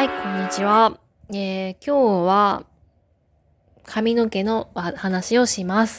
はい、こんにちは。今日は髪の毛の話をします。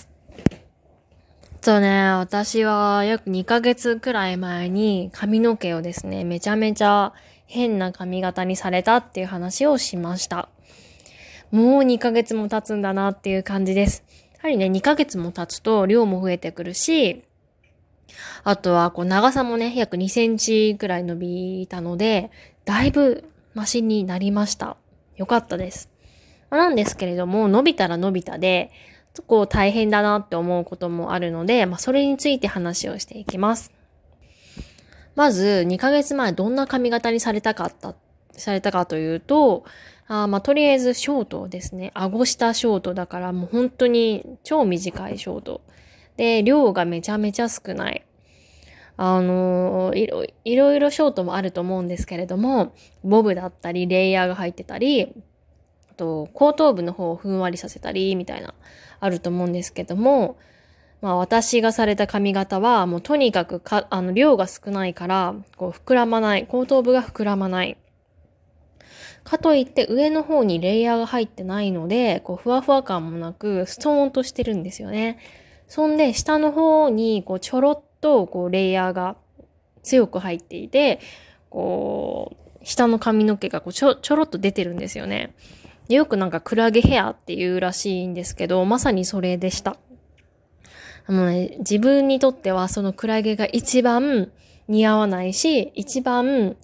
私は約2ヶ月くらい前に髪の毛をですね、めちゃめちゃ変な髪型にされたっていう話をしました。もう2ヶ月も経つんだなっていう感じです。やはりね、2ヶ月も経つと量も増えてくるし、あとは長さもね、約2センチくらい伸びたので、だいぶマシになりました。よかったです。なんですけれども、伸びたら伸びたで、大変だなって思うこともあるので、それについて話をしていきます。まず、2ヶ月前どんな髪型にされたかというと、とりあえずショートですね。顎下ショートだからもう本当に超短いショート。で、量がめちゃめちゃ少ない。いろいろショートもあると思うんですけれども、ボブだったり、レイヤーが入ってたり、後頭部の方をふんわりさせたり、みたいな、あると思うんですけども、私がされた髪型は、もうとにかく量が少ないから、膨らまない。後頭部が膨らまない。かといって上の方にレイヤーが入ってないので、ふわふわ感もなく、ストーンとしてるんですよね。そんで、下の方に、ちょろっと、レイヤーが強く入っていて、下の髪の毛がちょろっと出てるんですよね。よくクラゲヘアっていうらしいんですけど、まさにそれでした。自分にとってはそのクラゲが一番似合わないし、一番、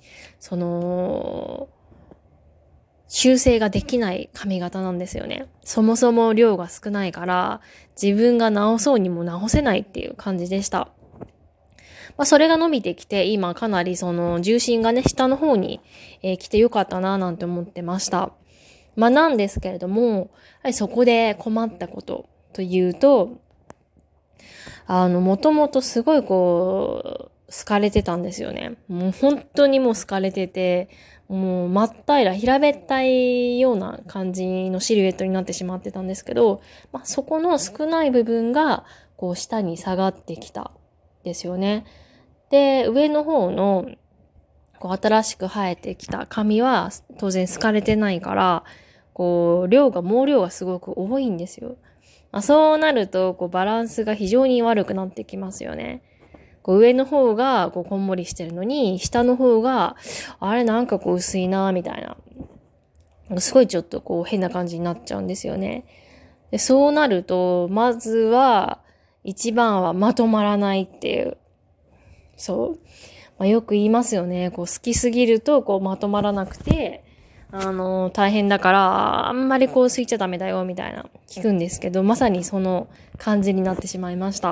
修正ができない髪型なんですよね。そもそも量が少ないから、自分が直そうにも直せないっていう感じでした。それが伸びてきて、今かなり重心がね、下の方に、来てよかったななんて思ってました。なんですけれども、そこで困ったことというと、もともとすごい好かれてたんですよね。もう本当にもう好かれてて、もう真っ平ら、平べったいような感じのシルエットになってしまってたんですけど、そこの少ない部分が、下に下がってきたですよね。で、上の方の、新しく生えてきた髪は当然好かれてないから、毛量がすごく多いんですよ。そうなると、バランスが非常に悪くなってきますよね。上の方がこんもりしてるのに、下の方が、あれ薄いなみたいな。すごいちょっと変な感じになっちゃうんですよね。で、そうなると、まずは、一番はまとまらないっていう。そう。よく言いますよね。好きすぎるとまとまらなくて、大変だから、あんまりすいちゃダメだよ、みたいな、聞くんですけど、まさにその感じになってしまいました。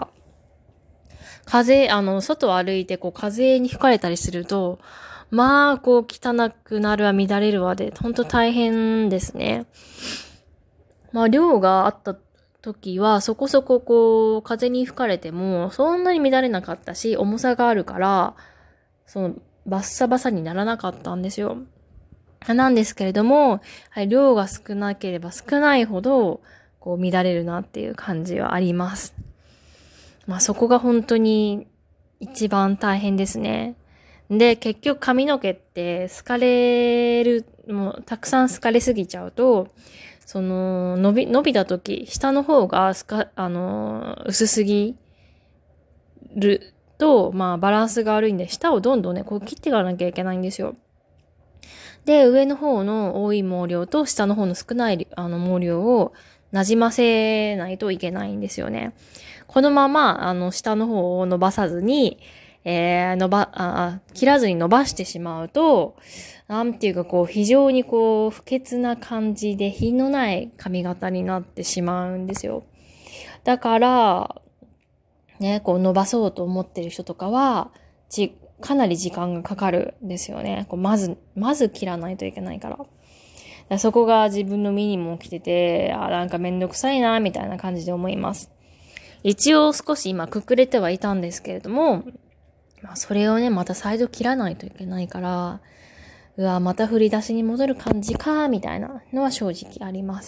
外を歩いて、風に吹かれたりすると、汚くなるわ、乱れるわで、ほんと大変ですね。量があった時は、そこそこ風に吹かれても、そんなに乱れなかったし、重さがあるから、バッサバサにならなかったんですよ。なんですけれども、量が少なければ少ないほど、乱れるなっていう感じはあります。そこが本当に一番大変ですね。で、結局髪の毛ってもうたくさん好かれすぎちゃうと、伸びた時、下の方が薄すぎると、バランスが悪いんで、下をどんどんね、切っていかなきゃいけないんですよ。で、上の方の多い毛量と下の方の少ない毛量を馴染ませないといけないんですよね。このまま、下の方を伸ばさずに、切らずに伸ばしてしまうと、なんていうか非常に不潔な感じで品のない髪型になってしまうんですよ。だから、ね、伸ばそうと思ってる人とかは、かなり時間がかかるんですよね。まず切らないといけないから。そこが自分の身にも起きてて、めんどくさいな、みたいな感じで思います。一応少し今くくれてはいたんですけれども、それをね、また再度切らないといけないから、また振り出しに戻る感じか、みたいなのは正直あります。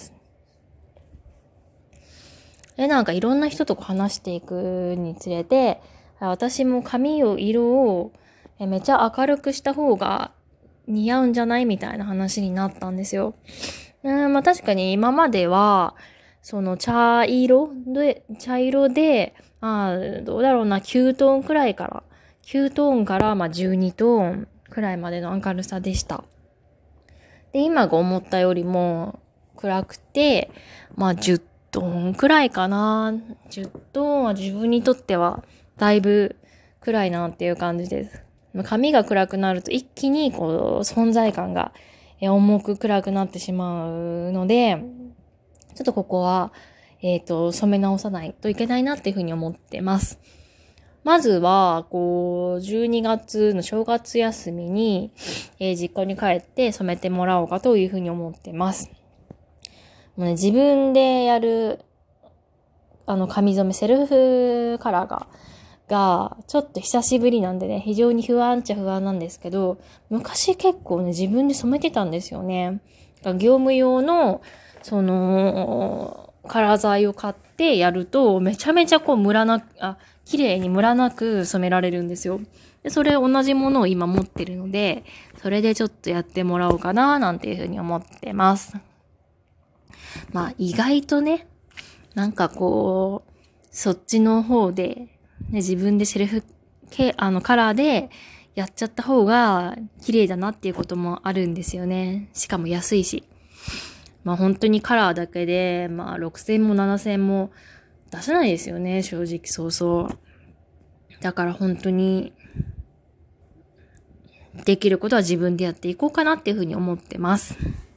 いろんな人と話していくにつれて、私も髪色をめっちゃ明るくした方が似合うんじゃないみたいな話になったんですよ。まあ確かに今までは、その茶色で、どうだろうな、9トーンくらいから、9トーンからまあ12トーンくらいまでの明るさでした。で、今が思ったよりも暗くて、まあ10トーンくらいかな。10トーンは自分にとってはだいぶ暗いなっていう感じです。髪が暗くなると一気にこう存在感が重く暗くなってしまうので、ちょっとここは、染め直さないといけないなっていうふうに思ってます。まずは、12月の正月休みに、実家に帰って染めてもらおうかというふうに思ってます。もうね、自分でやる、髪染め、セルフカラーが、ちょっと久しぶりなんでね、非常に不安っちゃ不安なんですけど、昔結構ね、自分で染めてたんですよね。業務用の、カラー剤を買ってやると、めちゃめちゃ綺麗にムラなく染められるんですよ。で、それ同じものを今持ってるので、それでちょっとやってもらおうかな、なんていうふうに思ってます。まあ、意外とね、なんかそっちの方で、ね、自分でセルフカラーでやっちゃった方が綺麗だなっていうこともあるんですよね。しかも安いし。まあ本当にカラーだけで、まあ6000も7000も出せないですよね、正直そうそう。だから本当にできることは自分でやっていこうかなっていうふうに思ってます。